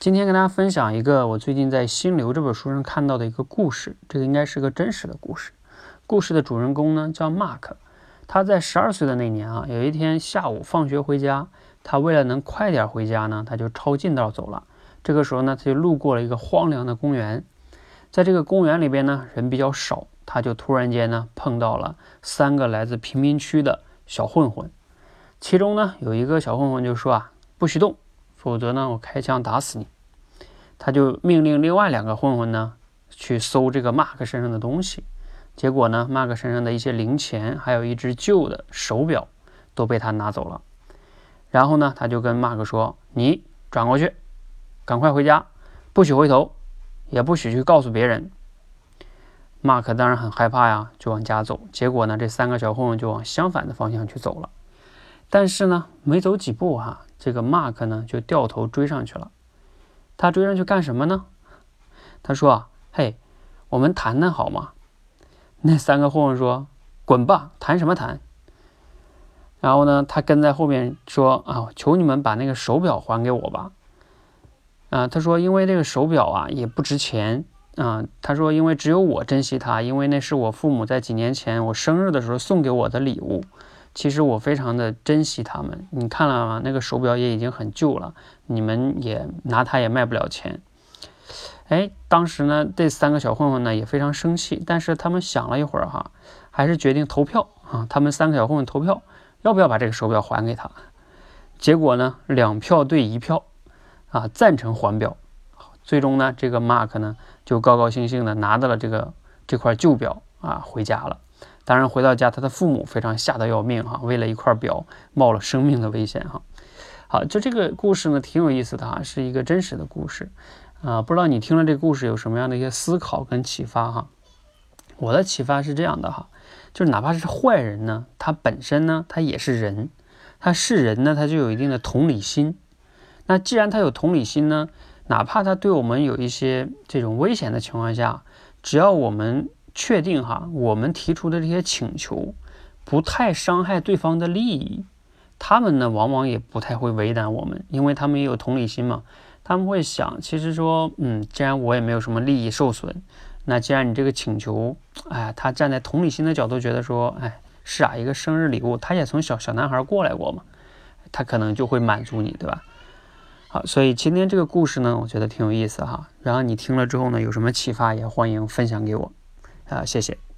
今天跟大家分享一个我最近在《心流》这本书上看到的一个故事，这个应该是个真实的故事。故事的主人公呢叫 Mark， 他在12岁的那年啊，有一天下午放学回家，他为了能快点回家呢，他就抄近道走了。这个时候呢，他就路过了一个荒凉的公园，在这个公园里边呢，人比较少，他就突然间呢碰到了3个来自贫民区的小混混。其中呢有一个小混混就说不许动，否则呢我开枪打死你。他就命令另外2个混混呢去搜这个 Mark 身上的东西。结果呢 Mark 身上的一些零钱还有一只旧的手表都被他拿走了。然后呢他就跟 Mark 说，你转过去，赶快回家，不许回头，也不许去告诉别人。 Mark 当然很害怕呀，就往家走。结果呢这3个小混混就往相反的方向去走了。但是呢没走几步这个 Mark 呢就掉头追上去了。他追上去干什么呢？他说嘿，我们谈谈好吗？那3个混混说，滚吧，谈什么谈？然后呢他跟在后面说求你们把那个手表还给我吧。他说因为这个手表也不值钱。他说因为只有我珍惜它，因为那是我父母在几年前我生日的时候送给我的礼物，其实我非常的珍惜它们。你看了吗？那个手表也已经很旧了，你们也拿它也卖不了钱。当时呢这3个小混混呢也非常生气，但是他们想了一会儿还是决定投票他们3个小混混投票要不要把这个手表还给他。结果呢2票对1票赞成还表。最终呢这个 Mark 呢就高高兴兴的拿到了这块旧表回家了。当然回到家他的父母非常吓得要命为了一块表冒了生命的危险好，就这个故事呢挺有意思的是一个真实的故事不知道你听了这个故事有什么样的一些思考跟启发我的启发是这样的就是哪怕是坏人呢，他本身呢他也是人，他是人呢他就有一定的同理心。那既然他有同理心呢，哪怕他对我们有一些这种危险的情况下，只要我们确定我们提出的这些请求不太伤害对方的利益，他们呢往往也不太会为难我们，因为他们也有同理心嘛。他们会想，其实说既然我也没有什么利益受损，那既然你这个请求他站在同理心的角度觉得说是一个生日礼物，他也从小男孩过来过嘛，他可能就会满足你，对吧？好，所以今天这个故事呢我觉得挺有意思然后你听了之后呢有什么启发也欢迎分享给我谢谢。